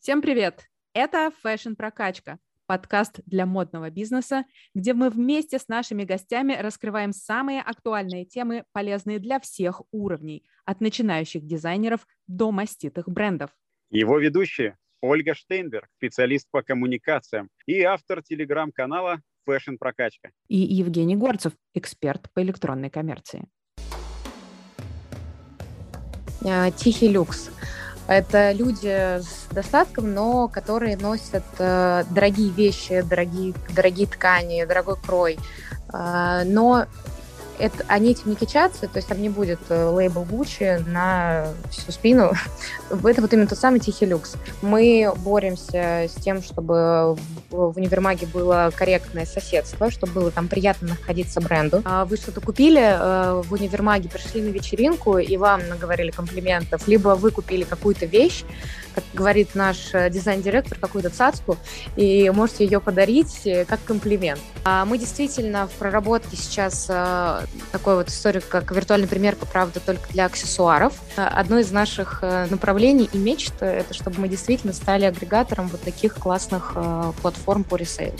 Всем привет! Это Fashion Прокачка, подкаст для модного бизнеса, где мы вместе с нашими гостями раскрываем самые актуальные темы, полезные для всех уровней, от начинающих дизайнеров до маститых брендов. Его ведущие Ольга Штейнберг, специалист по коммуникациям и автор телеграм-канала Fashion Прокачка. И Евгений Горцев, эксперт по электронной коммерции. Тихий люкс. Это люди с достатком, но которые носят дорогие вещи, дорогие ткани, дорогой крой. Но они этим не кичатся, то есть там не будет лейбл Gucci на всю спину. Это вот именно тот самый тихий люкс. Мы боремся с тем, чтобы в универмаге было корректное соседство, чтобы было там приятно находиться бренду. Вы что-то купили в универмаге, пришли на вечеринку, и вам наговорили комплиментов, либо вы купили какую-то вещь, как говорит наш дизайн-директор, какую-то цацку, и можете ее подарить как комплимент. Мы действительно в проработке сейчас такой вот историю, как виртуальный примерка, правда, только для аксессуаров. Одно из наших направлений и мечт — это чтобы мы действительно стали агрегатором вот таких классных платформ по ресейлу.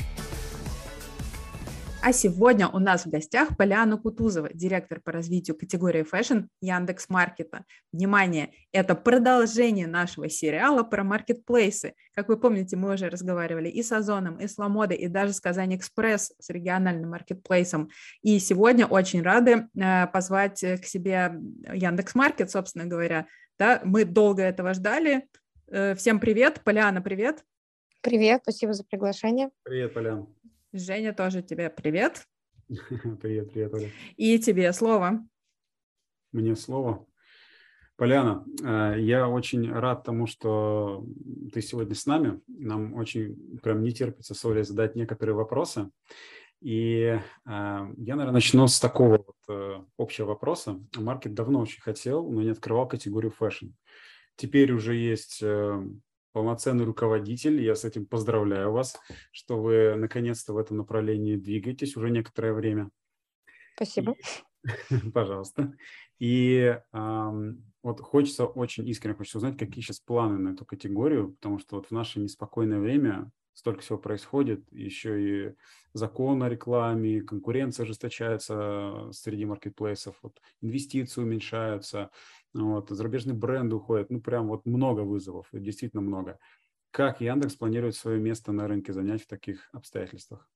А сегодня у нас в гостях Полиана Кутузова, директор по развитию категории фэшн Яндекс.Маркета. Внимание, это продолжение нашего сериала про маркетплейсы. Как вы помните, мы уже разговаривали и с Озоном, и с Ламодой, и даже с Казань Экспресс, с региональным маркетплейсом. И сегодня очень рады позвать к себе Яндекс.Маркет, собственно говоря. Да, мы долго этого ждали. Всем привет. Полиана, привет. Привет, спасибо за приглашение. Привет, Поляна. Женя, тоже тебе привет. Привет, Оля. И тебе слово. Мне слово. Поляна, я очень рад тому, что ты сегодня с нами. Нам очень прям не терпится с Олей задать некоторые вопросы. И я, наверное, начну с такого вот общего вопроса. Маркет давно очень хотел, но не открывал категорию фэшн. Теперь уже есть полноценный руководитель. Я с этим поздравляю вас, что вы наконец-то в этом направлении двигаетесь уже некоторое время. Спасибо. Пожалуйста. И вот очень искренне хочется узнать, какие сейчас планы на эту категорию, потому что вот в наше неспокойное время столько всего происходит, еще и закон о рекламе, конкуренция ожесточается среди маркетплейсов, вот, инвестиции уменьшаются, вот, зарубежные бренды уходят, ну прям вот много вызовов, действительно много. Как Яндекс планирует свое место на рынке занять в таких обстоятельствах?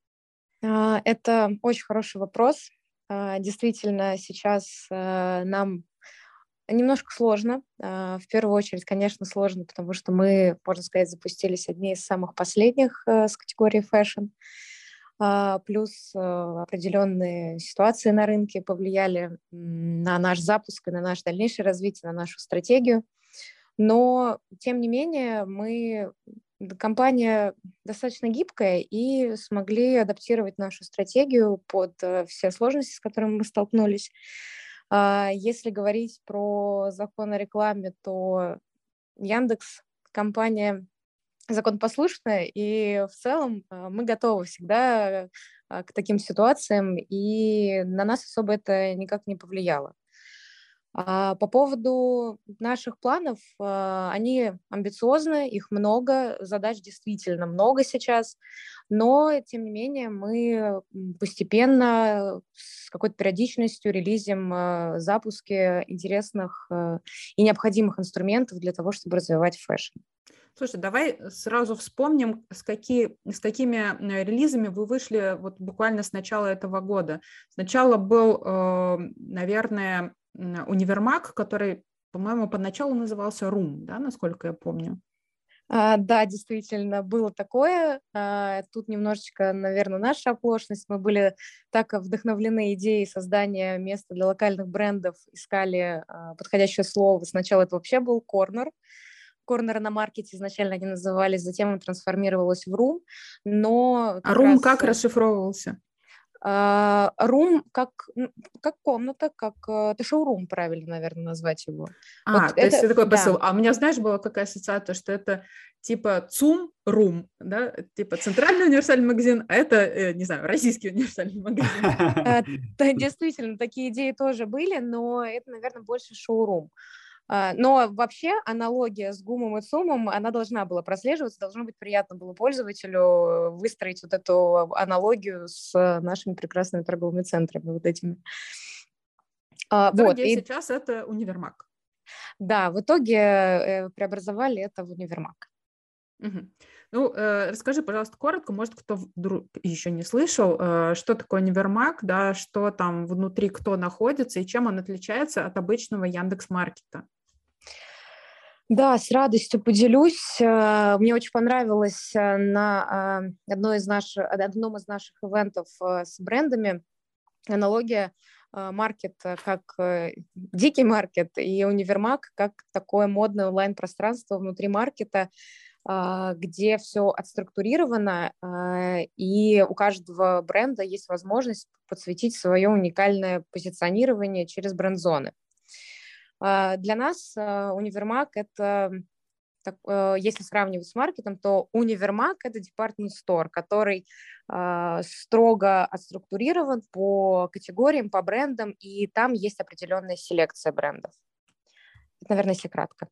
Это очень хороший вопрос. Действительно, сейчас нам немножко сложно. В первую очередь, конечно, сложно, потому что мы, можно сказать, запустились одни из самых последних с категории фэшн. Плюс определенные ситуации на рынке повлияли на наш запуск и на наше дальнейшее развитие, на нашу стратегию. Но, тем не менее, компания достаточно гибкая и смогли адаптировать нашу стратегию под все сложности, с которыми мы столкнулись. Если говорить про закон о рекламе, то Яндекс — компания законопослушная, и в целом мы готовы всегда к таким ситуациям, и на нас особо это никак не повлияло. По поводу наших планов, они амбициозны, их много, задач действительно много сейчас, но, тем не менее, мы постепенно с какой-то периодичностью релизим запуски интересных и необходимых инструментов для того, чтобы развивать фэшн. Слушай, давай сразу вспомним, с какими релизами вы вышли вот буквально с начала этого года. Сначала был, наверное, универмаг, который, по-моему, поначалу назывался Room, да, насколько я помню. Да, действительно, было такое. Тут немножечко, наверное, наша оплошность. Мы были так вдохновлены идеей создания места для локальных брендов, искали подходящее слово. Сначала это вообще был корнер. Корнеры на маркете изначально они назывались, затем он трансформировалось в Room. Но Room как расшифровывался? Room как комната, как это шоурум, правильно, наверное, назвать его. Вот то есть это такой посыл. А у меня, знаешь, была какая ассоциация, что это типа ЦУМ Room, да, типа центральный универсальный магазин, а это, не знаю, российский универсальный магазин. Действительно, такие идеи тоже были, но это, наверное, больше шоурум. Но вообще аналогия с ГУМом и ЦУМом, она должна была прослеживаться, должно быть приятно было пользователю выстроить вот эту аналогию с нашими прекрасными торговыми центрами вот этими. В итоге сейчас это универмаг. Да, в итоге преобразовали это в универмаг. Угу. Ну, расскажи, пожалуйста, коротко, может, кто вдруг еще не слышал, что такое универмаг, да, что там внутри, кто находится и чем он отличается от обычного Яндекс.Маркета. Да, с радостью поделюсь. Мне очень понравилось на одном из наших ивентов с брендами аналогия маркет как дикий маркет и универмаг как такое модное онлайн-пространство внутри маркета, где все отструктурировано, и у каждого бренда есть возможность подсветить свое уникальное позиционирование через бренд-зоны. Для нас универмаг – это, если сравнивать с маркетом, то универмаг – это department store, который строго отструктурирован по категориям, по брендам, и там есть определенная селекция брендов. Это, наверное, если кратко.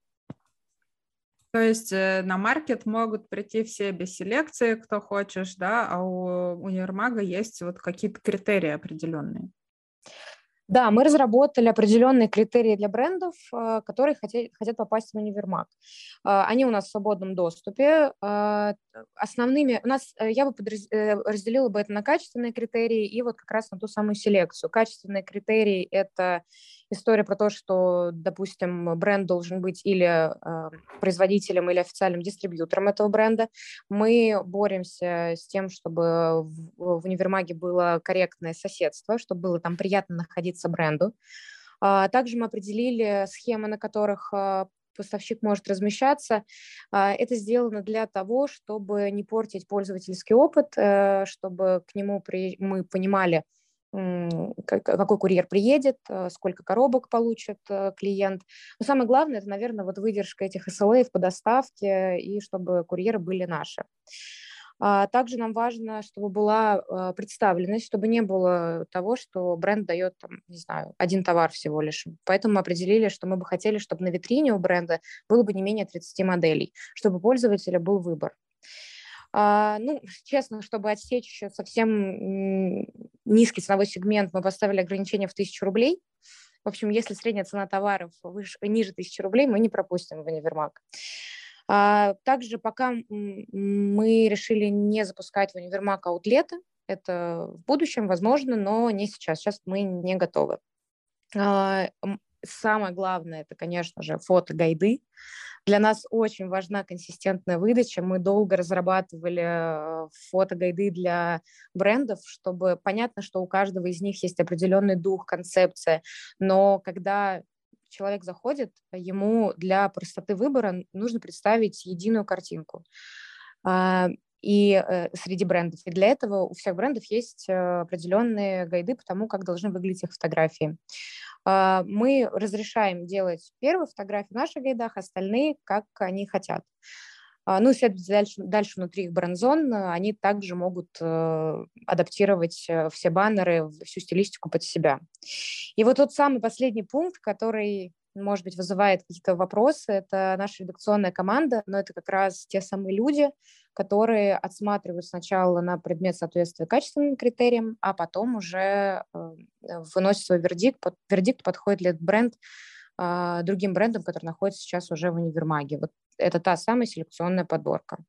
То есть на маркет могут прийти все без селекции, кто хочешь, да, а у универмага есть вот какие-то критерии определенные. Да, мы разработали определенные критерии для брендов, которые хотят попасть в универмаг. Они у нас в свободном доступе. Основными я бы разделила бы это на качественные критерии и вот как раз на ту самую селекцию. Качественные критерии – это история про то, что, допустим, бренд должен быть или производителем, или официальным дистрибьютором этого бренда. Мы боремся с тем, чтобы в универмаге было корректное соседство, чтобы было там приятно находиться бренду. Также мы определили схемы, на которых поставщик может размещаться. Это сделано для того, чтобы не портить пользовательский опыт, чтобы к нему мы понимали, какой курьер приедет, сколько коробок получит клиент. Но самое главное, это, наверное, вот выдержка этих SLA по доставке и чтобы курьеры были наши. Также нам важно, чтобы была представленность, чтобы не было того, что бренд дает, там, не знаю, один товар всего лишь. Поэтому мы определили, что мы бы хотели, чтобы на витрине у бренда было бы не менее 30 моделей, чтобы у пользователя был выбор. Честно, чтобы отсечь еще совсем низкий ценовой сегмент, мы поставили ограничение в 1000 рублей. В общем, если средняя цена товаров ниже 1000 рублей, мы не пропустим в универмаг. Также пока мы решили не запускать в универмаг аутлеты. Это в будущем, возможно, но не сейчас. Сейчас мы не готовы. Самое главное, это, конечно же, фото-гайды. Для нас очень важна консистентная выдача. Мы долго разрабатывали фото-гайды для брендов, чтобы понятно, что у каждого из них есть определенный дух, концепция. Но когда человек заходит, ему для простоты выбора нужно представить единую картинку. И среди брендов. И для этого у всех брендов есть определенные гайды по тому, как должны выглядеть их фотографии. Мы разрешаем делать первые фотографии в наших гайдах, остальные, как они хотят. Следовать дальше внутри их бренд-зон, они также могут адаптировать все баннеры, всю стилистику под себя. И вот тот самый последний пункт, который, может быть, вызывает какие-то вопросы, это наша редакционная команда, но это как раз те самые люди, которые отсматривают сначала на предмет соответствия качественным критериям, а потом уже выносят свой вердикт, подходит ли этот бренд другим брендам, которые находятся сейчас уже в универмаге. Вот это та самая селекционная подборка.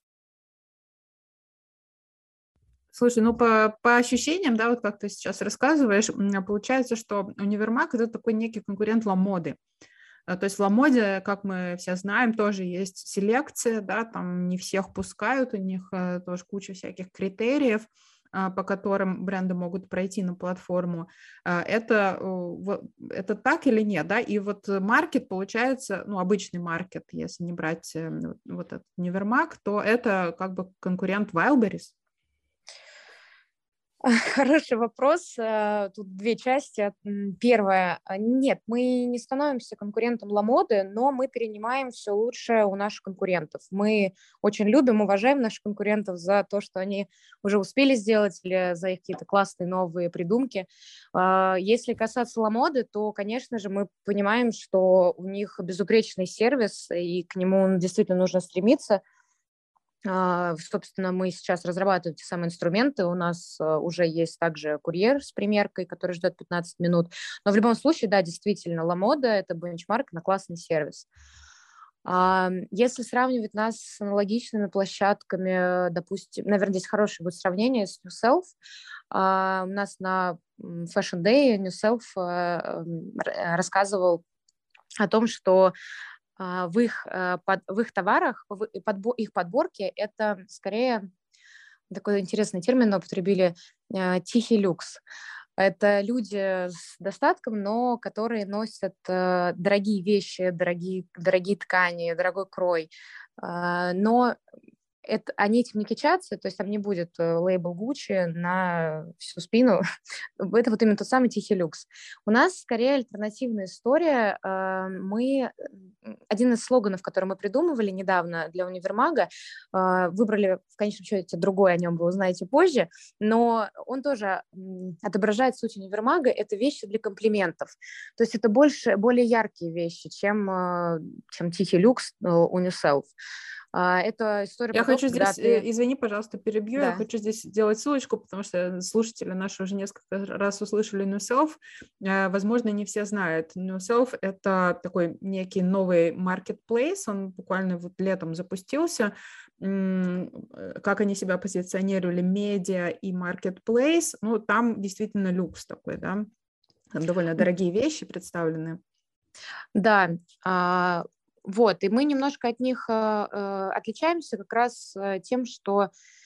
Слушай, по ощущениям, да, вот как ты сейчас рассказываешь, получается, что универмаг – это такой некий конкурент Ламоды. То есть в Ламоде, как мы все знаем, тоже есть селекция, да, там не всех пускают, у них тоже куча всяких критериев, по которым бренды могут пройти на платформу. Это так или нет, да? И вот маркет получается, обычный маркет, если не брать вот этот универмаг, то это как бы конкурент Wildberries. Хороший вопрос. Тут две части. Первое. Нет, мы не становимся конкурентом Ламоды, но мы перенимаем все лучшее у наших конкурентов. Мы очень любим, уважаем наших конкурентов за то, что они уже успели сделать, или за их какие-то классные новые придумки. Если касаться Ламоды, то, конечно же, мы понимаем, что у них безупречный сервис, и к нему действительно нужно стремиться. Собственно, мы сейчас разрабатываем те самые инструменты. У нас уже есть также курьер с примеркой, который ждет 15 минут. Но в любом случае, да, действительно, Ламода – это бенчмарк на классный сервис. Если сравнивать нас с аналогичными площадками, допустим, наверное, здесь хорошее будет сравнение с New Self. У нас на Fashion Day New Self рассказывал о том, что в их товарах, их подборке это скорее такой интересный термин употребили тихий люкс. Это люди с достатком, но которые носят дорогие вещи, дорогие ткани, дорогой крой. Но они этим не кичатся, то есть там не будет лейбл Gucci на всю спину. Это вот именно тот самый тихий люкс. У нас скорее альтернативная история. Один из слоганов, который мы придумывали недавно для универмага, выбрали в конечном счете другой, о нем вы узнаете позже, но он тоже отображает суть универмага. Это вещи для комплиментов. То есть это более яркие вещи, чем тихий люкс у New Self. Это история Я про хочу то, здесь, извини, пожалуйста, перебью, да. Я хочу здесь сделать ссылочку, потому что слушатели наши уже несколько раз услышали New Self. Возможно, не все знают. New Self – это такой некий новый marketplace, он буквально вот летом запустился. Как они себя позиционировали, медиа и marketplace, ну, там действительно люкс такой, да, там довольно дорогие вещи представлены. Да, вот, и мы немножко от них отличаемся как раз тем, что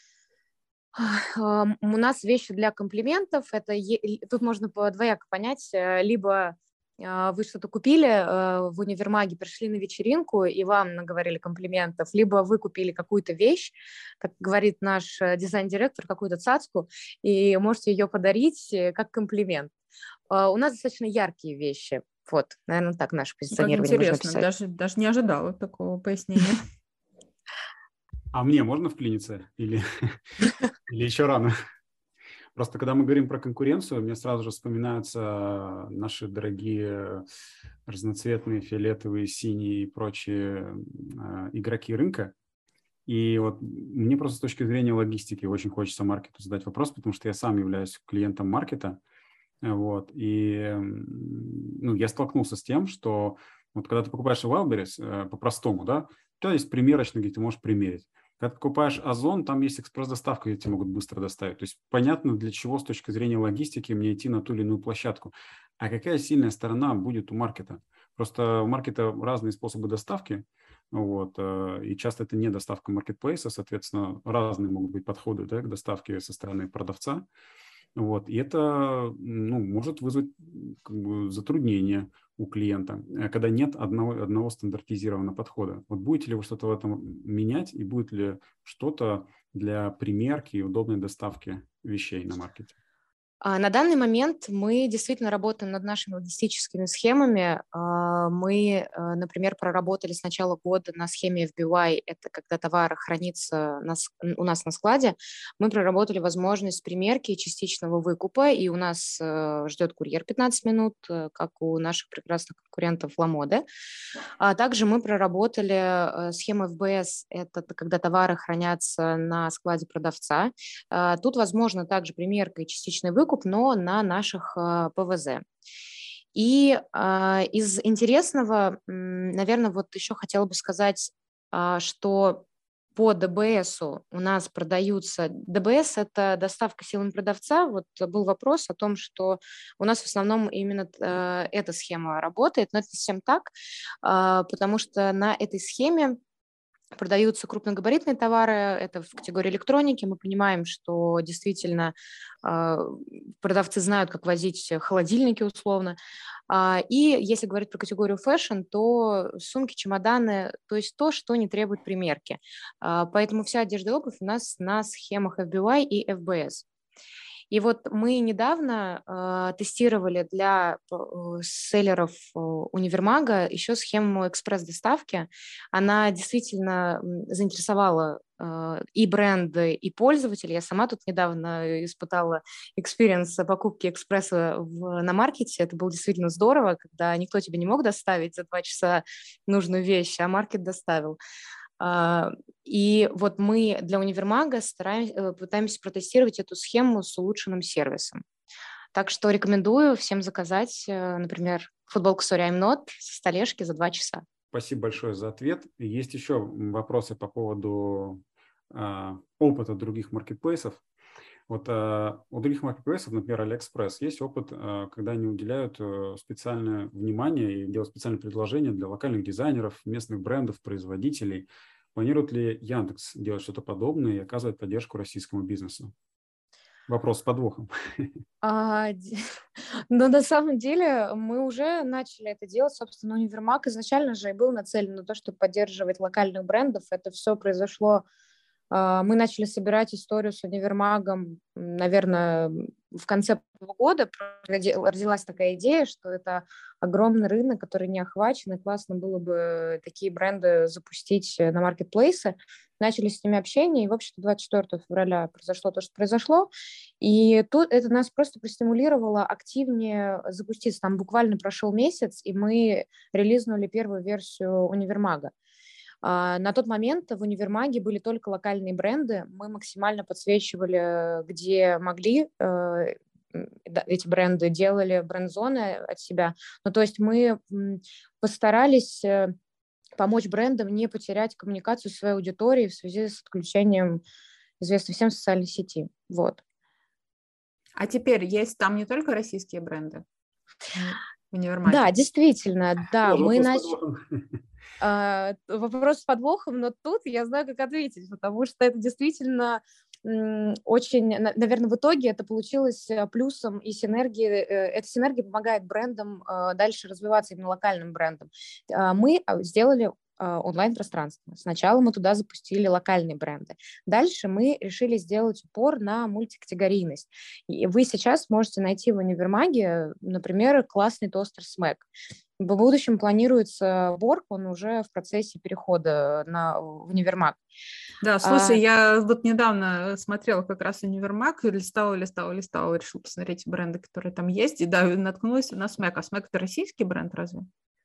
у нас вещи для комплиментов, тут можно двояко понять, либо вы что-то купили в универмаге, пришли на вечеринку и вам наговорили комплиментов, либо вы купили какую-то вещь, как говорит наш дизайн-директор, какую-то цацку, и можете ее подарить как комплимент. У нас достаточно яркие вещи. Вот, наверное, так наше позиционирование можно описать. Даже не ожидала такого пояснения. А мне можно вклиниться или еще рано? Просто когда мы говорим про конкуренцию, мне сразу же вспоминаются наши дорогие разноцветные, фиолетовые, синие и прочие игроки рынка. И вот мне просто с точки зрения логистики очень хочется маркету задать вопрос, потому что я сам являюсь клиентом маркета. Вот, и я столкнулся с тем, что вот когда ты покупаешь в Wildberries по-простому, да, у тебя есть примерочный, где ты можешь примерить. Когда ты покупаешь Озон, там есть экспресс-доставка, где тебе могут быстро доставить. То есть понятно, для чего с точки зрения логистики мне идти на ту или иную площадку. А какая сильная сторона будет у маркета? Просто у маркета разные способы доставки, вот, и часто это не доставка маркетплейса, соответственно, разные могут быть подходы, да, к доставке со стороны продавца. Вот, и это может вызвать затруднения у клиента, когда нет одного стандартизированного подхода. Вот будете ли вы что-то в этом менять, и будет ли что-то для примерки и удобной доставки вещей на маркете? На данный момент мы действительно работаем над нашими логистическими схемами. Мы, например, проработали с начала года на схеме FBY, это когда товар хранится у нас на складе. Мы проработали возможность примерки и частичного выкупа, и у нас ждет курьер 15 минут, как у наших прекрасных конкурентов Ламоды. Также мы проработали схему FBS, это когда товары хранятся на складе продавца. Тут возможно также примерка и частичный выкуп, но на наших ПВЗ. И из интересного, наверное, вот еще хотела бы сказать, что по ДБСу у нас продаются... ДБС – это доставка силами продавца. Вот был вопрос о том, что у нас в основном именно эта схема работает, но это не совсем так, потому что на этой схеме продаются крупногабаритные товары, это в категории электроники. Мы понимаем, что действительно продавцы знают, как возить холодильники условно. И если говорить про категорию фэшн, то сумки, чемоданы, то есть то, что не требует примерки. Поэтому вся одежда и обувь у нас на схемах FBY и FBS. И вот мы недавно тестировали для селлеров универмага еще схему экспресс-доставки. Она действительно заинтересовала и бренды, и пользователей. Я сама тут недавно испытала экспириенс покупки экспресса на маркете. Это было действительно здорово, когда никто тебе не мог доставить за 2 часа нужную вещь, а маркет доставил. И вот мы для универмага пытаемся протестировать эту схему с улучшенным сервисом. Так что рекомендую всем заказать, например, футболку «Sorry, I'm not» со столешки за 2 часа. Спасибо большое за ответ. Есть еще вопросы по поводу опыта других маркетплейсов. Вот у других маркетплейсов, например, AliExpress, есть опыт, когда они уделяют специальное внимание и делают специальные предложения для локальных дизайнеров, местных брендов, производителей. Планирует ли Яндекс делать что-то подобное и оказывать поддержку российскому бизнесу? Вопрос с подвохом. Но на самом деле мы уже начали это делать. Собственно, универмаг изначально же и был нацелен на то, чтобы поддерживать локальных брендов. Это все произошло. Мы начали собирать историю с универмагом, наверное, в конце года. Родилась такая идея, что это огромный рынок, который не охвачен, и классно было бы такие бренды запустить на маркетплейсы. Начали с ними общение, и, в общем-то, 24 февраля произошло то, что произошло. И тут это нас просто простимулировало активнее запуститься. Там буквально прошел месяц, и мы релизнули первую версию универмага. На тот момент в универмаге были только локальные бренды. Мы максимально подсвечивали, где могли, эти бренды, делали бренд-зоны от себя. Ну, то есть мы постарались помочь брендам не потерять коммуникацию с своей аудиторией в связи с отключением известной всем социальной сети. Вот. А теперь есть там не только российские бренды в универмаге? Да, действительно, да. Мы вопрос с подвохом, но тут я знаю, как ответить, потому что это действительно очень, наверное, в итоге это получилось плюсом и синергии. Эта синергия помогает брендам дальше развиваться, именно локальным брендам. Мы сделали онлайн-пространство. Сначала мы туда запустили локальные бренды. Дальше мы решили сделать упор на мультикатегорийность. И вы сейчас можете найти в универмаге, например, классный тостер Smeg. В будущем планируется Борг, он уже в процессе перехода в универмаг. Да, слушай, я вот недавно смотрела как раз универмаг, листала, решила посмотреть бренды, которые там есть, и да, наткнулась на Smeg. А Smeg — это российский бренд разве?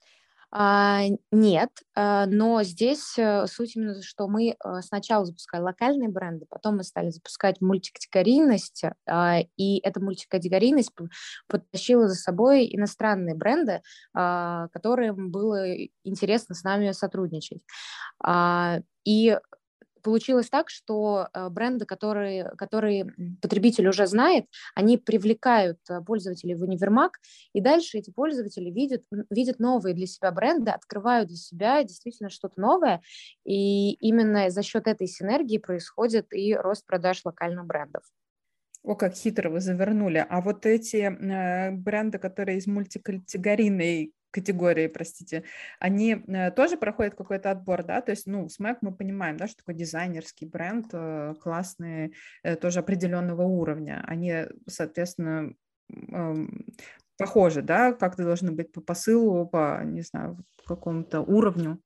Нет, но здесь суть именно, что мы сначала запускали локальные бренды, потом мы стали запускать мультикатегорийность, и эта мультикатегорийность потащила за собой иностранные бренды, которым было интересно с нами сотрудничать. И получилось так, что бренды, которые потребитель уже знает, они привлекают пользователей в универмаг, и дальше эти пользователи видят новые для себя бренды, открывают для себя действительно что-то новое, и именно за счет этой синергии происходит и рост продаж локальных брендов. О, как хитро вы завернули. А вот эти бренды, которые из мультикатегорийной категории, простите, они тоже проходят какой-то отбор, да? То есть, Smeg мы понимаем, да, что такой дизайнерский бренд, классный, тоже определенного уровня. Они, соответственно, похожи, да? Как-то должны быть по посылу, по, не знаю, какому-то уровню.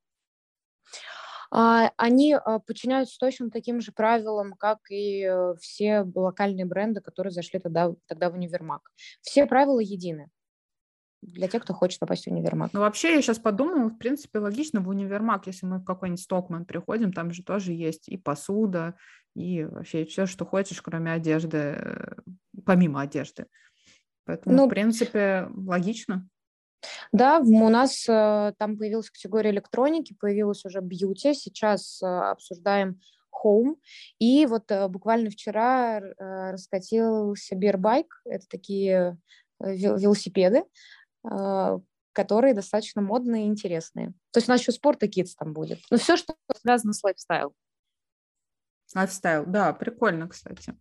Они подчиняются точно таким же правилам, как и все локальные бренды, которые зашли тогда в универмаг. Все правила едины для тех, кто хочет попасть в универмаг. Ну, вообще, я сейчас подумала, в принципе, логично, в универмаг, если мы в какой-нибудь Стокман приходим, там же тоже есть и посуда, и вообще все, что хочешь, кроме одежды, помимо одежды. Поэтому, в принципе, логично. Да, у нас там появилась категория электроники, появилась уже бьюти, сейчас обсуждаем Home. И вот буквально вчера раскатился Beerbike, это такие велосипеды, которые достаточно модные и интересные. То есть у нас еще спорт и kids там будет. Но все, что связано с лайфстайл. Лайфстайл, да, прикольно, кстати.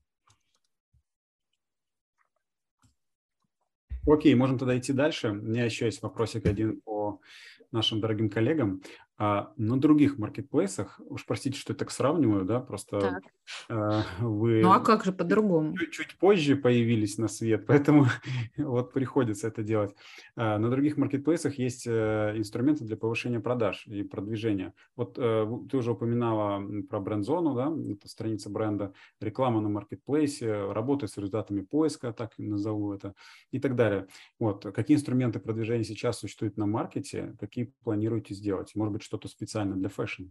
Окей, можем тогда идти дальше. У меня еще есть вопросик один по нашим дорогим коллегам. А на других маркетплейсах, уж простите, что я так сравниваю, да, просто вы Ну а как же по-другому? чуть позже появились на свет, поэтому вот приходится это делать. На других маркетплейсах есть инструменты для повышения продаж и продвижения. Вот ты уже упоминала про бренд-зону, да, это страница бренда, реклама на маркетплейсе, работа с результатами поиска, так назову это, и так далее. Вот. Какие инструменты продвижения сейчас существуют на маркете, какие планируете сделать? Может быть, что-то специально для фэшн?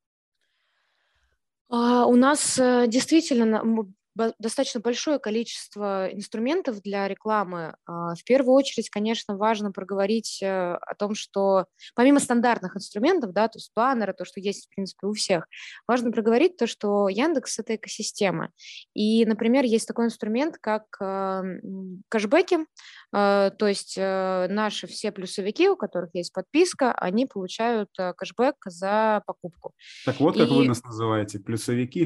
У нас действительно достаточно большое количество инструментов для рекламы. В первую очередь, конечно, важно проговорить о том, что помимо стандартных инструментов, да, то есть баннеры, то, что есть, в принципе, у всех, важно проговорить то, что Яндекс — это экосистема. И, например, есть такой инструмент, как кэшбэки, то есть наши все плюсовики, у которых есть подписка, они получают кэшбэк за покупку. Так вот, как вы нас называете, плюсовики?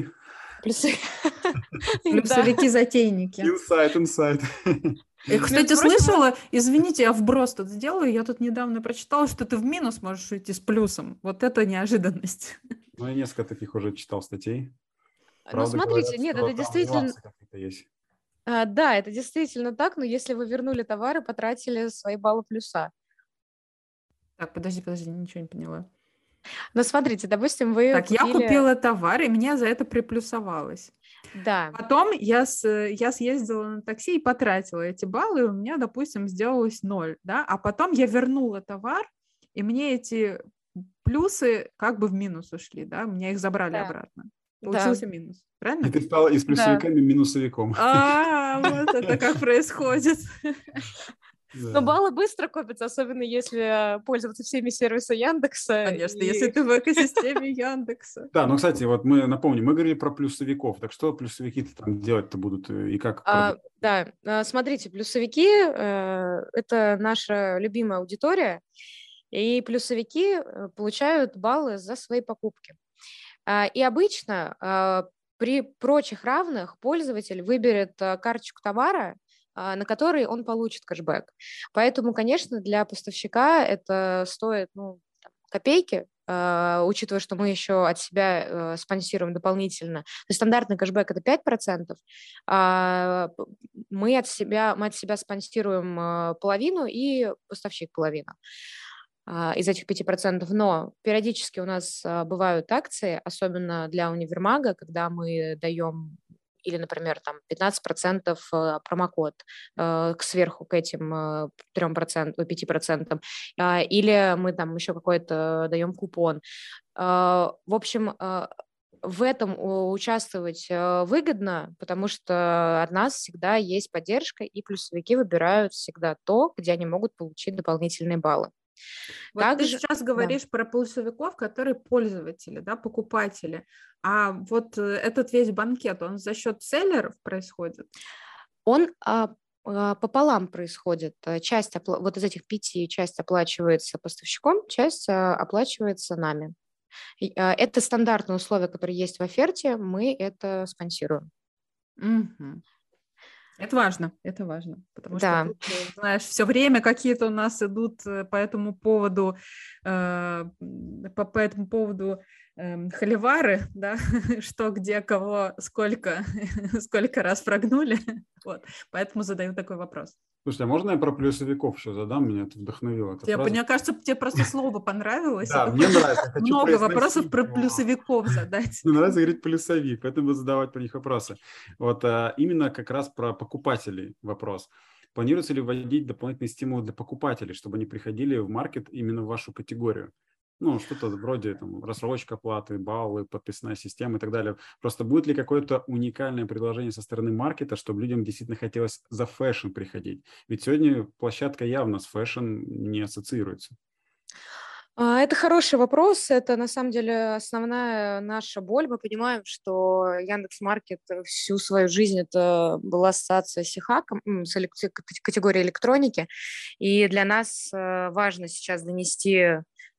Плюсовики-затейники. Инсайт. Я, кстати, слышала, извините, я вброс тут сделаю, я тут недавно прочитала, что ты в минус можешь уйти с плюсом. Вот это неожиданность. Ну, я несколько таких уже читал статей. Ну, Правда, смотрите, говорят, нет, что это там действительно... нюансы какие-то есть. Да, это действительно так, но если вы вернули товары, потратили свои баллы плюса. Так, подожди, ничего не поняла. Но смотрите, допустим, вы Так, купили... я купила товар, и мне за это приплюсовалось. Да. Потом я съездила на такси и потратила эти баллы, и у меня, допустим, сделалось 0, да, а потом я вернула товар, и мне эти плюсы как бы в минус ушли, да, мне их забрали обратно. Получился минус, правильно? И ты стала и с плюсовиками минусовиком. Вот это как происходит. Но баллы быстро копятся, особенно если пользоваться всеми сервисами Яндекса. Конечно, если ты в экосистеме Яндекса. Да, ну, кстати, вот мы, напомню, мы говорили про плюсовиков. Так что плюсовики-то там делать-то будут и как? Да, смотрите, плюсовики – это наша любимая аудитория, и плюсовики получают баллы за свои покупки. И обычно при прочих равных пользователь выберет карточку товара, на который он получит кэшбэк. Поэтому, конечно, для поставщика это стоит копейки, учитывая, что мы еще от себя спонсируем дополнительно. То есть стандартный кэшбэк – это 5%, мы от себя спонсируем половину и поставщик половину из этих 5%, но периодически у нас бывают акции, особенно для универмага, когда мы даем или, например, там 15% промокод сверху к этим 5%, или мы там еще какой-то даем купон. В общем, в этом участвовать выгодно, потому что от нас всегда есть поддержка, и плюсовики выбирают всегда то, где они могут получить дополнительные баллы. Вот также, ты сейчас говоришь про плюсовиков, которые пользователи, да, покупатели. А вот этот весь банкет, он за счет селлеров происходит? Он пополам происходит. Часть вот из этих 5 часть оплачивается поставщиком, часть оплачивается нами. Это стандартные условия, которые есть в оферте, мы это спонсируем. Угу. Это важно, потому что тут, знаешь, все время какие-то у нас идут по этому поводу холивары, да, что, где, кого, сколько раз прогнули, вот, поэтому задаю такой вопрос. Слушайте, а можно я про плюсовиков еще задам? Меня это вдохновило. Мне кажется, тебе просто слово понравилось. Да, мне нравится. Много вопросов про плюсовиков задать. Мне нравится говорить плюсовик, поэтому буду задавать про них вопросы. Вот именно как раз про покупателей вопрос. Планируется ли вводить дополнительные стимулы для покупателей, чтобы они приходили в маркет именно в вашу категорию? Ну, что-то вроде там, рассрочка оплаты, баллы, подписная система и так далее. Просто будет ли какое-то уникальное предложение со стороны маркета, чтобы людям действительно хотелось за фэшн приходить? Ведь сегодня площадка явно с фэшн не ассоциируется. Это хороший вопрос. Это, на самом деле, основная наша боль. Мы понимаем, что Яндекс.Маркет всю свою жизнь это была ассоциация с ИХАКом, с категорией электроники. И для нас важно сейчас донести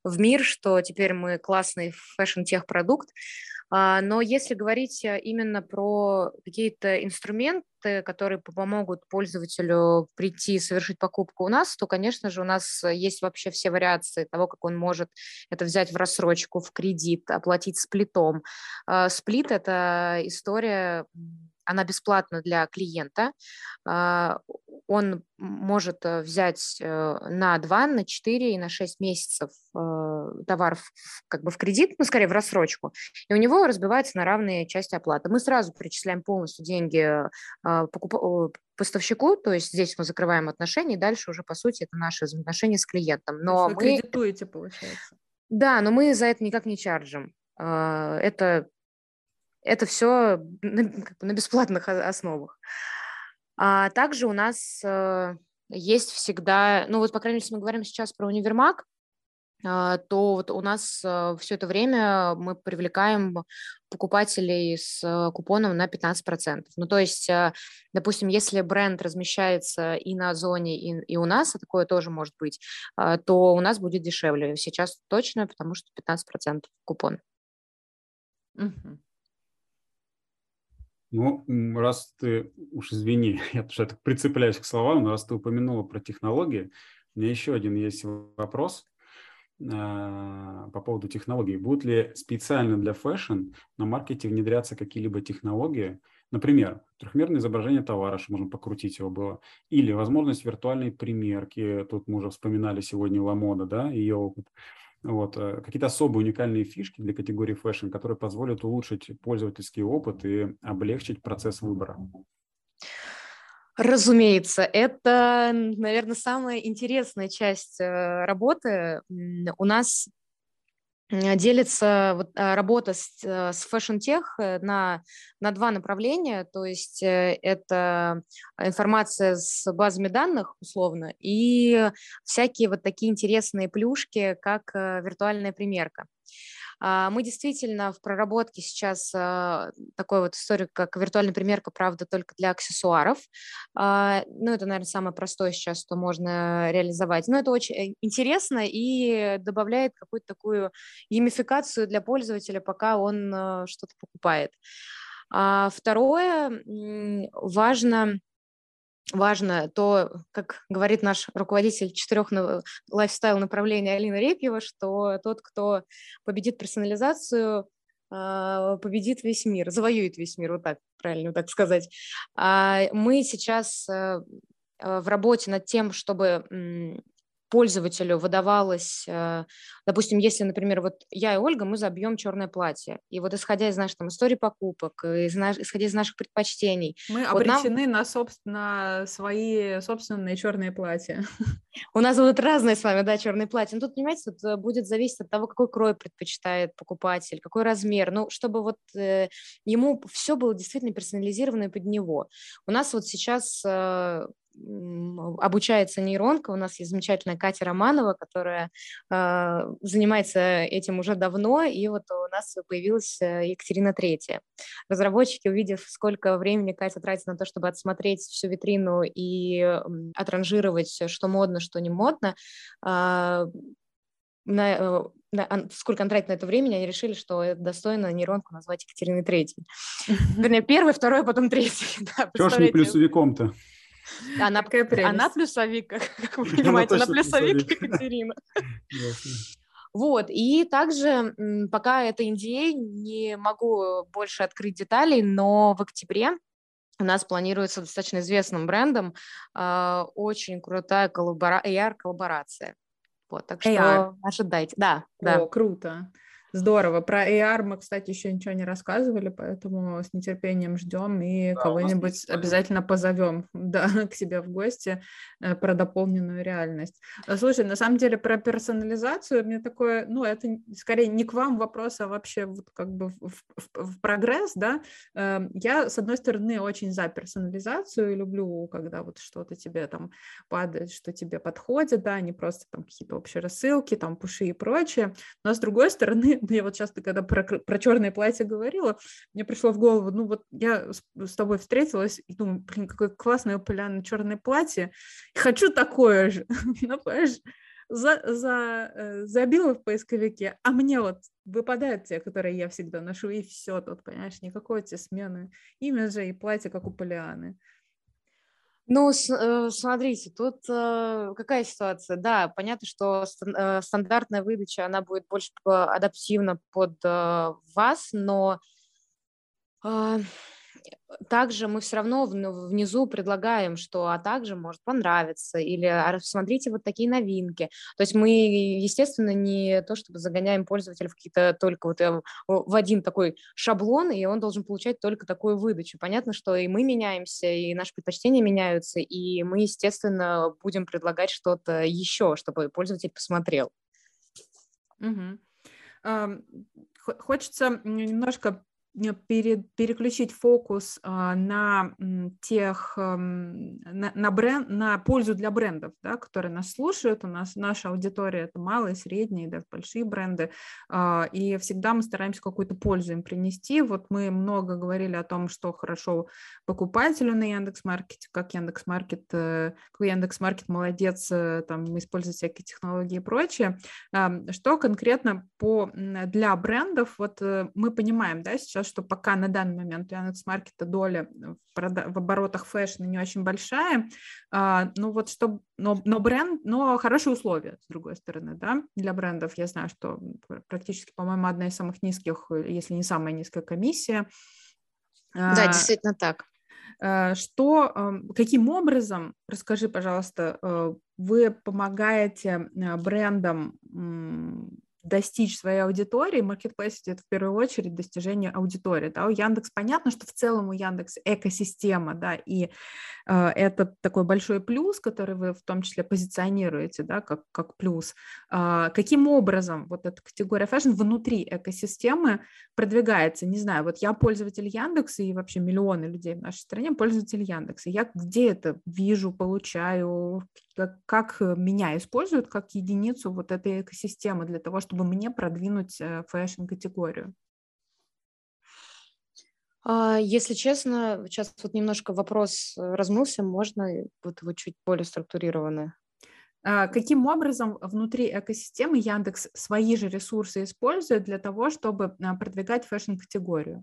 в мир, что теперь мы классный фэшн-тех-продукт. Но если говорить именно про какие-то инструменты, которые помогут пользователю прийти и совершить покупку у нас, то, конечно же, у нас есть вообще все вариации того, как он может это взять в рассрочку, в кредит, оплатить сплитом. Сплит – это история, она бесплатна для клиента. Он может взять на 2, на 4 и на 6 месяцев товар как бы в кредит, ну, скорее в рассрочку, и у него разбивается на равные части оплаты. Мы сразу перечисляем полностью деньги поставщику, то есть здесь мы закрываем отношения, и дальше уже, по сути, это наши взаимоотношения с клиентом. Но вы кредитуете, получается. Да, но мы за это никак не чарджим. Это все на бесплатных основах. А также у нас есть всегда, ну вот, по крайней мере, если мы говорим сейчас про универмаг, то вот у нас все это время мы привлекаем покупателей с купоном на 15%. Ну, то есть, допустим, если бренд размещается и на Озоне, и у нас, а такое тоже может быть, то у нас будет дешевле. Сейчас точно, потому что 15% купон. Ну, раз ты, уж извини, я так прицепляюсь к словам, но раз ты упомянула про технологии, у меня еще один есть вопрос по поводу технологий. Будут ли специально для фэшн на маркете внедряться какие-либо технологии? Например, трехмерное изображение товара, что можно покрутить его было, или возможность виртуальной примерки. Тут мы уже вспоминали сегодня Ламода, да, ее опыт. Вот, какие-то особые уникальные фишки для категории фэшн, которые позволят улучшить пользовательский опыт и облегчить процесс выбора. Разумеется, это, наверное, самая интересная часть работы. У нас делится вот, работа с фэшн-тех на 2 направления, то есть это информация с базами данных, условно, и всякие вот такие интересные плюшки, как виртуальная примерка. Мы действительно в проработке сейчас такой вот историю, как виртуальная примерка, правда, только для аксессуаров. Ну, это, наверное, самое простое сейчас, что можно реализовать. Но это очень интересно и добавляет какую-то такую геймификацию для пользователя, пока он что-то покупает. Второе, важно то, как говорит наш руководитель 4 лайфстайл-направлений Алина Репьева, что тот, кто победит персонализацию, победит весь мир, завоюет весь мир, вот так, правильно так сказать. Мы сейчас в работе над тем, чтобы пользователю выдавалось, допустим, если, например, вот я и Ольга, мы забьем черное платье, и вот исходя из нашей там истории покупок, исходя из наших предпочтений. Мы обречены на свои собственные черные платья. У нас будут разные с вами, да, черные платья. Но тут, понимаете, тут будет зависеть от того, какой крой предпочитает покупатель, какой размер. Ну, чтобы вот ему все было действительно персонализировано под него. У нас вот сейчас обучается нейронка. У нас есть замечательная Катя Романова, которая занимается этим уже давно, и вот у нас появилась Екатерина Третья. Разработчики, увидев, сколько времени Катя тратит на то, чтобы отсмотреть всю витрину и отранжировать, что модно, что не модно, сколько она тратит на это времени, они решили, что это достойно нейронку назвать Екатериной Третьей. Вернее, первой, второй, потом третьей. Чего ж не плюсовиком-то? Она плюсовик, как вы понимаете, она плюсовик Екатерина. Вот, и также, пока это NDA, не могу больше открыть деталей, но в октябре у нас планируется достаточно известным брендом очень крутая AR-коллаборация. Вот, так что AR. ожидайте. Да. О, круто. Здорово. Про AR мы, кстати, еще ничего не рассказывали, поэтому с нетерпением ждем и кого-нибудь обязательно позовем, да, к себе в гости про дополненную реальность. Слушай, на самом деле про персонализацию мне такое, ну, это скорее не к вам вопрос, а вообще вот как бы в прогресс, да. Я, с одной стороны, очень за персонализацию, люблю, когда вот что-то тебе там падает, что тебе подходит, да, не просто там какие-то общие рассылки, там пуши и прочее, но с другой стороны, мне вот часто, когда про черное платье говорила, мне пришло в голову, ну вот я с тобой встретилась и думаю, блин, какое классное Поляна черное платье, хочу такое же, ну, понимаешь, забила в поисковике, а мне вот выпадают те, которые я всегда ношу, и все тут, понимаешь, никакой тебе смены имиджа и платья, как у Полианы. Ну, смотрите, тут какая ситуация? Да, понятно, что стандартная выдача, она будет больше адаптивна под вас, но а, также мы все равно внизу предлагаем, что а также может понравиться, или смотрите вот такие новинки. То есть мы, естественно, не то чтобы загоняем пользователя в какие-то только вот в один такой шаблон, и он должен получать только такую выдачу. Понятно, что и мы меняемся, и наши предпочтения меняются, и мы, естественно, будем предлагать что-то еще, чтобы пользователь посмотрел. Угу. Хочется немножко переключить фокус на тех, на пользу для брендов, да, которые нас слушают. У нас наша аудитория — это малые, средние, даже большие бренды, и всегда мы стараемся какую-то пользу им принести. Вот мы много говорили о том, что хорошо покупателю на Яндекс.Маркете, как Яндекс.Маркет молодец, там, использует всякие технологии и прочее. Что конкретно для брендов, вот мы понимаем, да, сейчас, что пока на данный момент у Яндекс.Маркета доля в оборотах фэшна не очень большая, ну вот но хорошие условия, с другой стороны, да, для брендов. Я знаю, что практически, по-моему, одна из самых низких, если не самая низкая комиссия. Да, действительно так. Каким образом, расскажи, пожалуйста, вы помогаете брендам достичь своей аудитории? Marketplace — это в первую очередь достижение аудитории. Да? У Яндекс понятно, что в целом у Яндекс экосистема, да, и это такой большой плюс, который вы в том числе позиционируете, да, как плюс. Каким образом вот эта категория фэшн внутри экосистемы продвигается? Не знаю, вот я пользователь Яндекса, и вообще миллионы людей в нашей стране пользователи Яндекса. Я где это вижу, получаю, как меня используют как единицу вот этой экосистемы для того, чтобы мне продвинуть фэшн-категорию? Если честно, сейчас вот немножко вопрос размылся, можно вот его чуть более структурированно? Каким образом внутри экосистемы Яндекс свои же ресурсы использует для того, чтобы продвигать фэшн-категорию?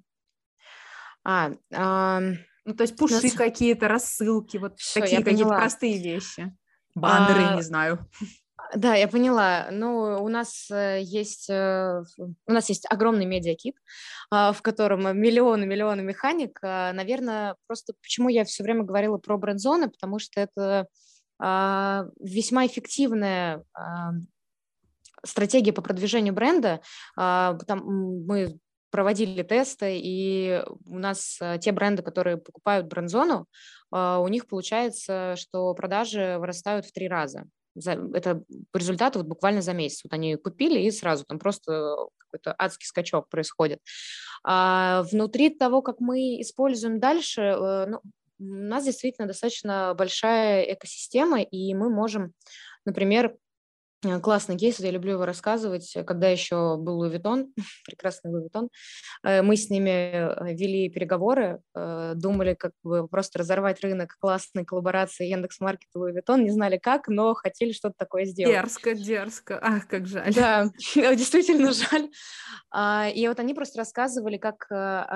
Ну, то есть пуши какие-то, рассылки, вот Всё, такие я какие-то поняла. простые вещи. Баннеры, не знаю. Да, я поняла. Ну, у нас есть огромный медиакит, в котором миллионы механик. Наверное, просто почему я все время говорила про бренд-зоны, потому что это весьма эффективная стратегия по продвижению бренда. Мы проводили тесты, и у нас те бренды, которые покупают бренд-зону, у них получается, что продажи вырастают в 3 раза. Это по результату вот буквально за месяц. Вот они купили, и сразу там просто какой-то адский скачок происходит. Внутри того, как мы используем дальше, у нас действительно достаточно большая экосистема, и мы можем, например, классный кейс, я люблю его рассказывать, когда еще был Луи Виттон, прекрасный Луи Виттон, мы с ними вели переговоры, думали, как бы просто разорвать рынок классной коллаборации Яндекс.Маркет и Луи Виттон, не знали как, но хотели что-то такое сделать. Дерзко, ах, как жаль. Да, действительно жаль. И вот они просто рассказывали, как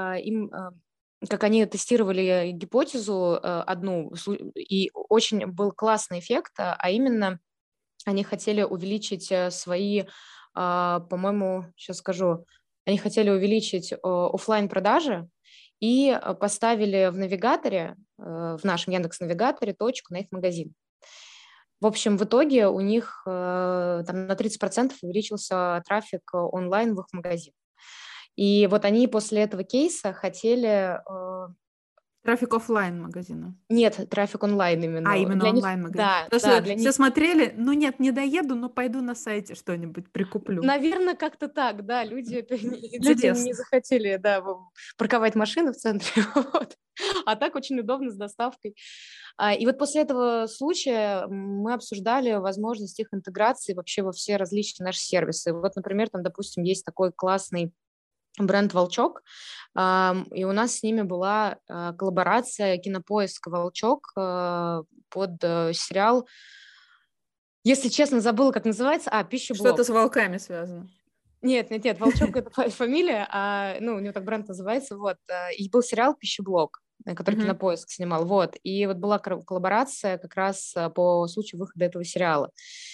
они тестировали гипотезу одну, и очень был классный эффект, а именно они хотели увеличить свои, по-моему, сейчас скажу, они хотели увеличить офлайн-продажи и поставили в навигаторе, в нашем Яндекс.Навигаторе точку на их магазин. В общем, в итоге у них там на 30% увеличился трафик онлайн в их магазин. И вот они после этого кейса хотели... Трафик офлайн магазина. Нет, трафик онлайн именно. Именно онлайн-магазин. Да, Потому да, что для все них... смотрели, ну нет, не доеду, но пойду на сайте что-нибудь прикуплю. Наверное, как-то так, да, люди не захотели, да, парковать машины в центре, вот. А так очень удобно с доставкой. И вот после этого случая мы обсуждали возможность их интеграции вообще во все различные наши сервисы. Вот, например, там, допустим, есть такой классный бренд «Волчок», и у нас с ними была коллаборация «Кинопоиск Волчок» под сериал Если честно, забыла, как называется. Пищеблок. Что-то с волками связано. Нет, Волчок — это фамилия, у него так бренд называется, вот. И был сериал «Пищеблок», который Кинопоиск снимал, вот. И вот была коллаборация как раз по случаю выхода этого сериала.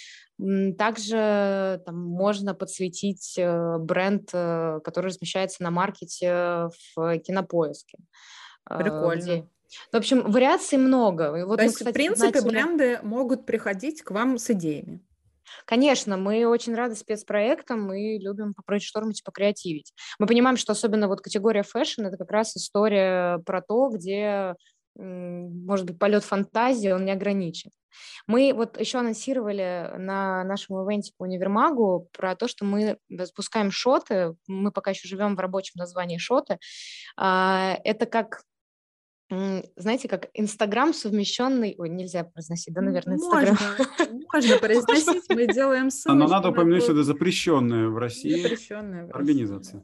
Также там можно подсветить бренд, который размещается на маркете в Кинопоиске. Прикольно. В общем, вариаций много. И вот То мы, есть, кстати, в принципе, бренды могут приходить к вам с идеями. Конечно, мы очень рады спецпроектам, мы любим что-нибудь покреативить. Мы понимаем, что особенно вот категория фэшн — это как раз история про то, где, может быть, полет фантазии, он не ограничен. Мы вот еще анонсировали на нашем ивенте по универмагу про то, что мы запускаем шоты, мы пока еще живем в рабочем названии шоты. Это как... Знаете, как Инстаграм совмещенный... Ой, нельзя произносить, да, наверное, Инстаграм? Можно произносить, мы делаем ссылочку. Но надо упомянуть, что это запрещенная в России организация.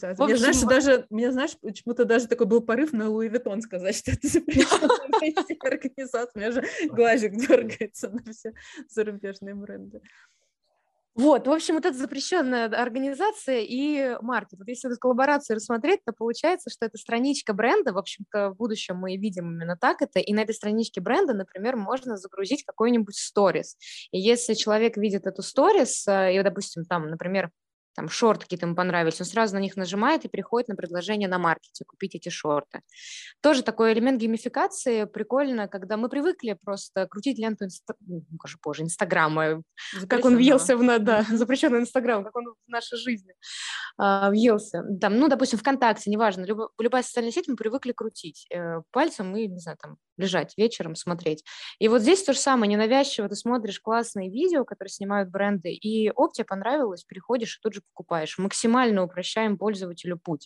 Мне, знаешь, почему-то даже такой был порыв на Луи Vuitton сказать, что это запрещенная в России организация. У меня же глазик дергается на все зарубежные бренды. Вот, в общем, вот это запрещенная организация и маркет. Вот если эту коллаборацию рассмотреть, то получается, что это страничка бренда, в общем-то, в будущем мы видим именно так это, и на этой страничке бренда, например, можно загрузить какой-нибудь сторис. И если человек видит эту сторис, и, допустим, там, например, там шорты какие-то ему понравились, он сразу на них нажимает и переходит на предложение на маркете купить эти шорты. Тоже такой элемент геймификации. Прикольно, когда мы привыкли просто крутить ленту Инстаграма, как он въелся запрещенный Инстаграм, как он в нашей жизни въелся. Там, допустим, ВКонтакте, неважно, любая социальная сеть мы привыкли крутить пальцем и, не знаю, там, лежать вечером, смотреть. И вот здесь то же самое, ненавязчиво ты смотришь классные видео, которые снимают бренды, и тебе понравилось, переходишь и тут же покупаешь. Максимально упрощаем пользователю путь.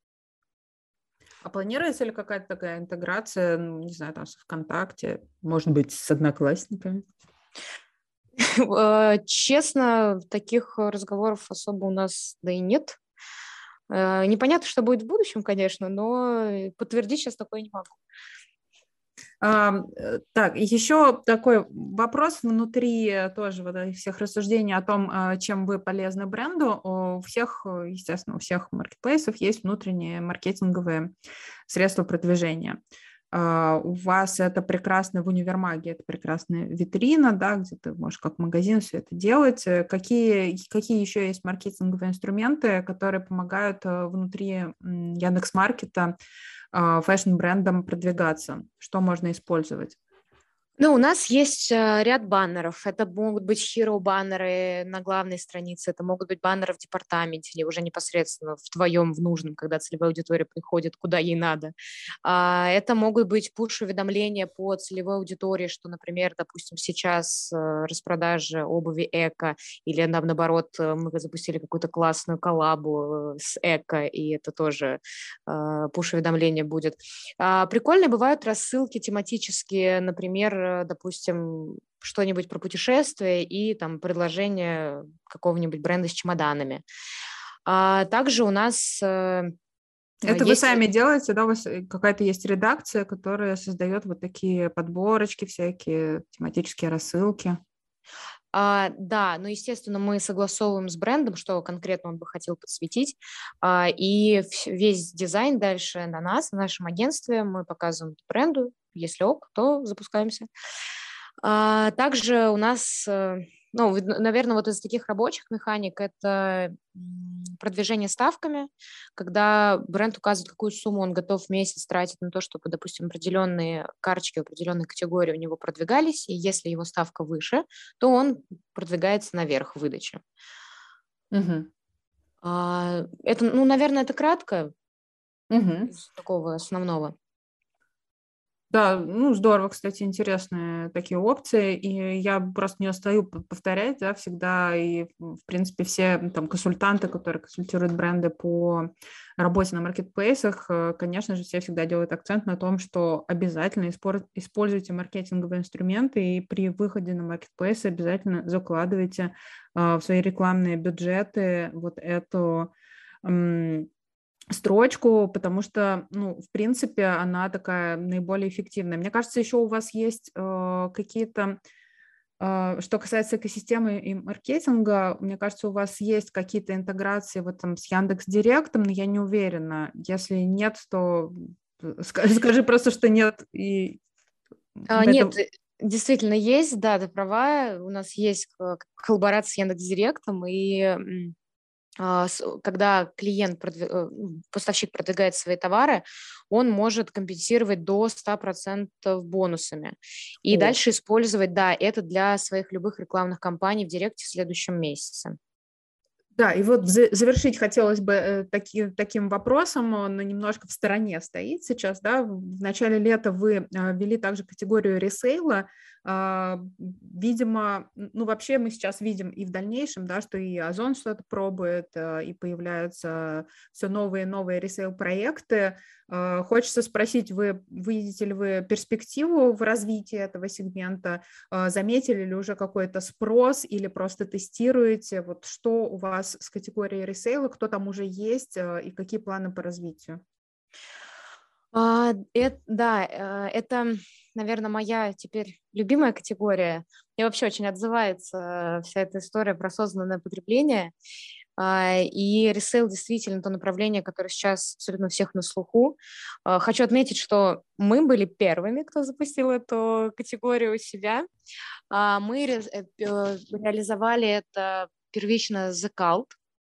А планируется ли какая-то такая интеграция, не знаю, там, с ВКонтакте, может быть, с Одноклассниками? Честно, таких разговоров особо у нас да и нет. Непонятно, что будет в будущем, конечно, но подтвердить сейчас такое не могу. Так, еще такой вопрос внутри тоже вот всех рассуждений о том, чем вы полезны бренду. У всех, естественно, у всех маркетплейсов есть внутренние маркетинговые средства продвижения. У вас это прекрасно в универмаге, это прекрасная витрина, да, где ты можешь как магазин все это делать. Какие еще есть маркетинговые инструменты, которые помогают внутри Яндекс.Маркета фэшн-брендам продвигаться? Что можно использовать? У нас есть ряд баннеров. Это могут быть hero-баннеры на главной странице, это могут быть баннеры в департаменте или уже непосредственно в твоем, в нужном, когда целевая аудитория приходит, куда ей надо. Это могут быть пуш-уведомления по целевой аудитории, что, например, допустим, сейчас распродажа обуви эко, или наоборот, мы запустили какую-то классную коллабу с эко, и это тоже пуш-уведомление будет. Прикольные бывают рассылки тематические, например, допустим, что-нибудь про путешествие и там предложение какого-нибудь бренда с чемоданами. Также у нас... Это вы сами делаете, да? У вас какая-то есть редакция, которая создает вот такие подборочки, всякие тематические рассылки? Да, естественно, мы согласовываем с брендом, что конкретно он бы хотел подсветить, и весь дизайн дальше на нас, на нашем агентстве, мы показываем бренду, если ок, то запускаемся. Также у нас, наверное, вот из таких рабочих механик это продвижение ставками, когда бренд указывает, какую сумму он готов в месяц тратить на то, чтобы, допустим, определенные карточки, определенные категории у него продвигались, и если его ставка выше, то он продвигается наверх в выдаче. Угу. Это, наверное, это кратко из такого основного. Да, здорово, кстати, интересные такие опции, и я просто не устаю повторять, да, всегда, и, в принципе, все там консультанты, которые консультируют бренды по работе на маркетплейсах, конечно же, все всегда делают акцент на том, что обязательно используйте маркетинговые инструменты, и при выходе на маркетплейсы обязательно закладывайте в свои рекламные бюджеты вот эту строчку, потому что, в принципе, она такая наиболее эффективная. Мне кажется, еще у вас есть какие-то Что касается экосистемы и маркетинга, мне кажется, у вас есть какие-то интеграции вот там с Яндекс.Директом, но я не уверена. Если нет, то скажи просто, что нет. Нет, действительно есть, да, ты права. У нас есть коллаборация с Яндекс.Директом, и когда поставщик продвигает свои товары, он может компенсировать до 100% бонусами. И дальше использовать, да, это для своих любых рекламных кампаний в Директе в следующем месяце. Да, и вот завершить хотелось бы таким вопросом, он немножко в стороне стоит сейчас, да, в начале лета вы ввели также категорию ресейла, видимо, ну вообще мы сейчас видим и в дальнейшем, да, что и Озон что-то пробует, и появляются все новые и новые ресейл-проекты. Хочется спросить, видите ли вы перспективу в развитии этого сегмента, заметили ли уже какой-то спрос или просто тестируете, вот что у вас с категорией ресейла, кто там уже есть и какие планы по развитию? Это, наверное, моя теперь любимая категория. Мне вообще очень отзывается вся эта история про осознанное потребление. И ресейл действительно то направление, которое сейчас абсолютно у всех на слуху. Хочу отметить, что мы были первыми, кто запустил эту категорию у себя. Мы реализовали это первично The Cult.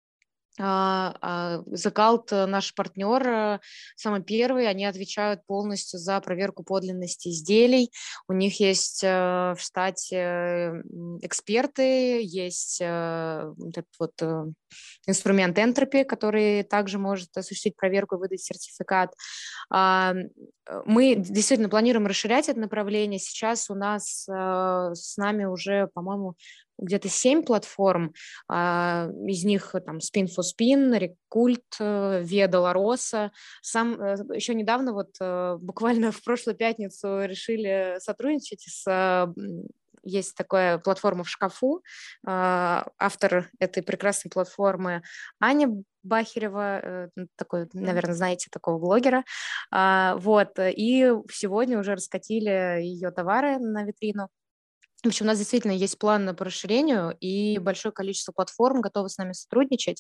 The Cult наш партнер, самый первый, они отвечают полностью за проверку подлинности изделий. У них есть в штате эксперты, есть этот вот инструмент Entropy, который также может осуществить проверку и выдать сертификат. Мы действительно планируем расширять это направление. Сейчас у нас с нами уже, по-моему, где-то 7 платформ, из них там Spin for Spin, Recult, Via Dolorosa. Еще недавно, буквально в прошлую пятницу, решили сотрудничать есть такая платформа «В шкафу». Автор этой прекрасной платформы Аня Бахерева, такой, наверное, знаете такого блогера. И сегодня уже раскатили ее товары на витрину. В общем, у нас действительно есть план по расширению, и большое количество платформ готовы с нами сотрудничать.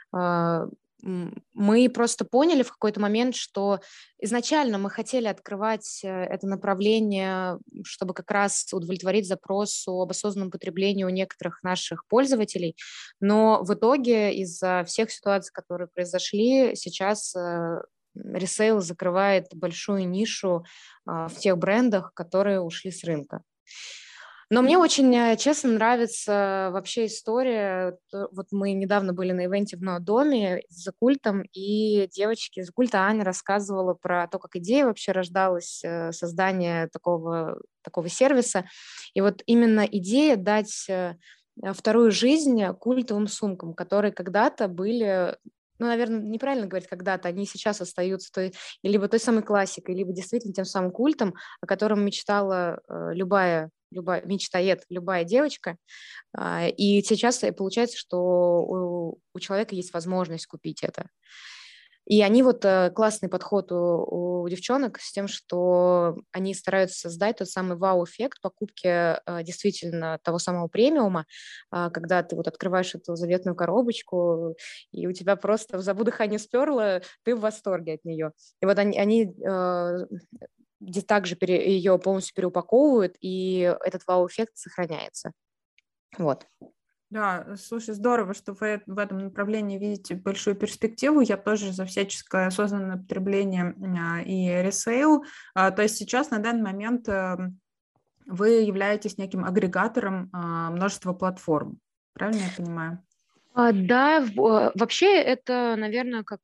Мы просто поняли в какой-то момент, что изначально мы хотели открывать это направление, чтобы как раз удовлетворить запросу об осознанном потреблении у некоторых наших пользователей, но в итоге из-за всех ситуаций, которые произошли, сейчас ресейл закрывает большую нишу в тех брендах, которые ушли с рынка. Но мне очень, честно, нравится вообще история. Вот мы недавно были на ивенте в Ноодоме с Культом, и девочки из Культа, Аня, рассказывала про то, как идея вообще рождалась, создание такого сервиса. И вот именно идея дать вторую жизнь культовым сумкам, которые когда-то были... Ну, наверное, неправильно говорить когда-то, они сейчас остаются либо той самой классикой, либо действительно тем самым культом, о котором мечтала мечтает любая девочка. И сейчас получается, что у человека есть возможность купить это. И они классный подход у девчонок с тем, что они стараются создать тот самый вау-эффект покупки действительно того самого премиума, когда ты открываешь эту заветную коробочку, и у тебя просто в забу дыхание сперло, ты в восторге от нее. И они также ее полностью переупаковывают, и этот вау-эффект сохраняется. Вот. Да, слушай, здорово, что вы в этом направлении видите большую перспективу. Я тоже за всяческое осознанное потребление и ресейл. То есть сейчас на данный момент вы являетесь неким агрегатором множества платформ. Правильно я понимаю? Да, вообще это, наверное, как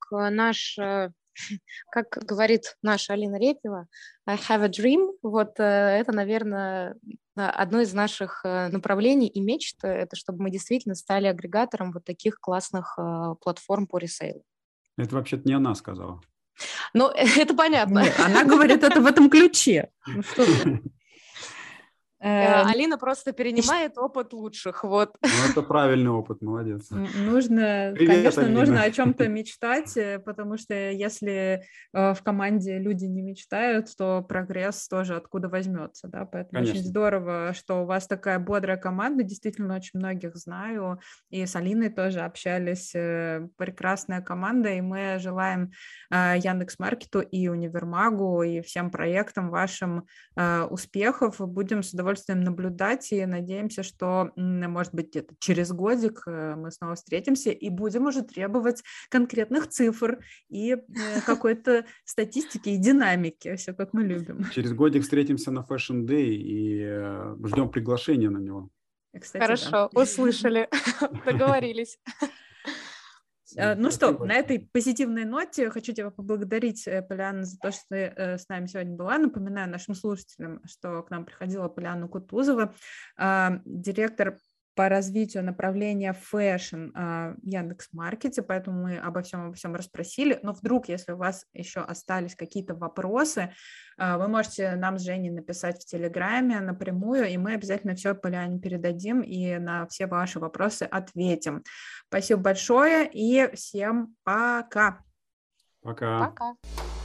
как говорит наша Алина Репева, I have a dream. Это, наверное, одно из наших направлений и мечт, это чтобы мы действительно стали агрегатором таких классных платформ по ресейлу. Это вообще-то не она сказала. Ну, это понятно. Нет, она говорит это в этом ключе. Ну что ты? Алина просто перенимает опыт лучших, вот. Ну, это правильный опыт, молодец. Нужно, Привет, конечно, Алина. нужно о чем-то мечтать, потому что если в команде люди не мечтают, то прогресс тоже откуда возьмется, да, поэтому Конечно. очень здорово, что у вас такая бодрая команда, действительно очень многих знаю, и с Алиной тоже общались, прекрасная команда, и мы желаем Яндекс.Маркету и Универмагу, и всем проектам вашим успехов, будем с удовольствием наблюдать и надеемся, что, может быть, где-то через годик мы снова встретимся и будем уже требовать конкретных цифр и какой-то статистики и динамики, все как мы любим. Через годик встретимся на Fashion Day и ждем приглашения на него. Кстати, хорошо, да. Услышали, договорились. Ну что, на этой позитивной ноте хочу тебя поблагодарить, Полианна, за то, что ты с нами сегодня была. Напоминаю нашим слушателям, что к нам приходила Полианна Кутузова, директор по развитию направления фэшн в Яндекс.Маркете, поэтому мы обо всем расспросили. Но вдруг, если у вас еще остались какие-то вопросы, вы можете нам с Женей написать в Телеграме напрямую, и мы обязательно все Полиане передадим и на все ваши вопросы ответим. Спасибо большое и всем пока. Пока. Пока.